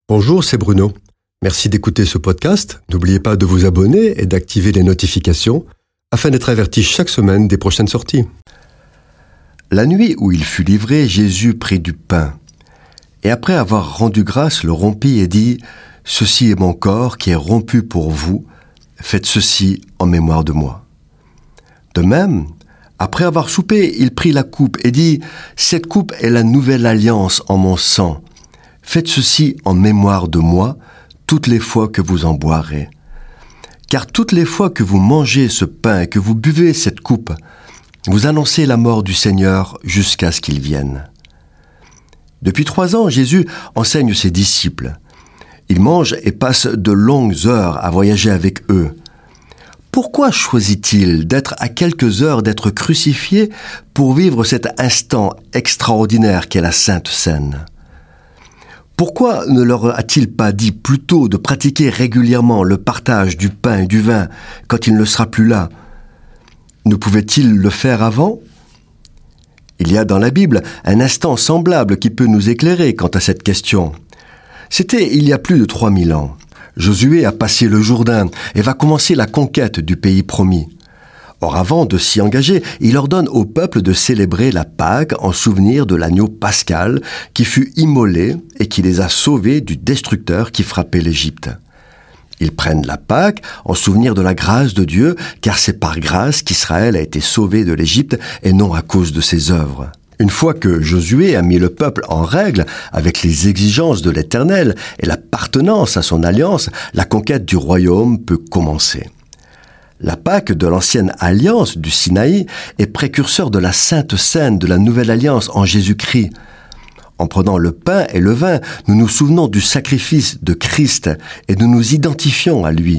Bonjour, c'est Bruno. Merci d'écouter ce podcast. N'oubliez pas de vous abonner et d'activer les notifications afin d'être averti chaque semaine des prochaines sorties. La nuit où il fut livré, Jésus prit du pain. Et après avoir rendu grâce, le rompit et dit « Ceci est mon corps qui est rompu pour vous. Faites ceci en mémoire de moi. » De même, après avoir soupé, il prit la coupe et dit « Cette coupe est la nouvelle alliance en mon sang. Faites ceci en mémoire de moi, toutes les fois que vous en boirez. Car toutes les fois que vous mangez ce pain et que vous buvez cette coupe, vous annoncez la mort du Seigneur jusqu'à ce qu'il vienne. » Depuis 3 ans, Jésus enseigne ses disciples. Il mange et passe de longues heures à voyager avec eux. Pourquoi choisit-il d'être à quelques heures d'être crucifié pour vivre cet instant extraordinaire qu'est la Sainte Seine ? Pourquoi ne leur a-t-il pas dit plutôt de pratiquer régulièrement le partage du pain et du vin quand il ne sera plus là ? Ne pouvait-il le faire avant ? Il y a dans la Bible un instant semblable qui peut nous éclairer quant à cette question. C'était il y a plus de 3000 ans. Josué a passé le Jourdain et va commencer la conquête du pays promis. Or, avant de s'y engager, il ordonne au peuple de célébrer la Pâque en souvenir de l'agneau pascal qui fut immolé et qui les a sauvés du destructeur qui frappait l'Égypte. Ils prennent la Pâque en souvenir de la grâce de Dieu, car c'est par grâce qu'Israël a été sauvé de l'Égypte et non à cause de ses œuvres. Une fois que Josué a mis le peuple en règle avec les exigences de l'Éternel et l'appartenance à son alliance, la conquête du royaume peut commencer. La Pâque de l'ancienne alliance du Sinaï est précurseur de la Sainte Seine de la nouvelle alliance en Jésus-Christ. En prenant le pain et le vin, nous nous souvenons du sacrifice de Christ et nous nous identifions à lui.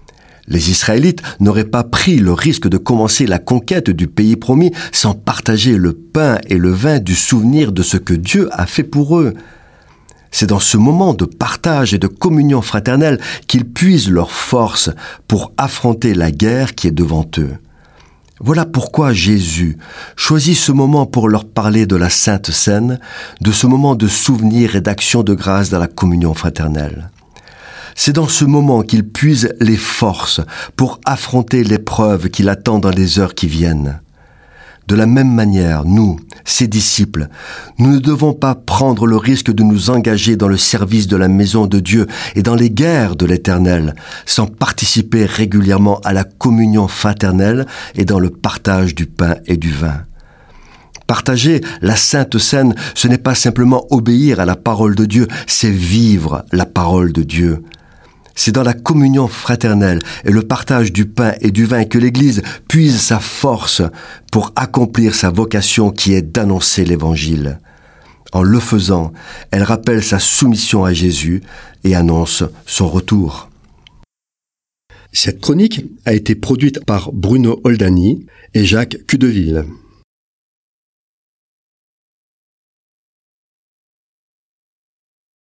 Les Israélites n'auraient pas pris le risque de commencer la conquête du pays promis sans partager le pain et le vin du souvenir de ce que Dieu a fait pour eux. C'est dans ce moment de partage et de communion fraternelle qu'ils puisent leur force pour affronter la guerre qui est devant eux. Voilà pourquoi Jésus choisit ce moment pour leur parler de la Sainte Seine, de ce moment de souvenir et d'action de grâce dans la communion fraternelle. C'est dans ce moment qu'il puise les forces pour affronter l'épreuve qui l'attend dans les heures qui viennent. De la même manière, nous, ses disciples, nous ne devons pas prendre le risque de nous engager dans le service de la maison de Dieu et dans les guerres de l'Éternel, sans participer régulièrement à la communion fraternelle et dans le partage du pain et du vin. Partager la Sainte Seine, ce n'est pas simplement obéir à la parole de Dieu, c'est vivre la parole de Dieu. C'est dans la communion fraternelle et le partage du pain et du vin que l'Église puise sa force pour accomplir sa vocation qui est d'annoncer l'Évangile. En le faisant, elle rappelle sa soumission à Jésus et annonce son retour. Cette chronique a été produite par Bruno Oldani et Jacques Cudeville.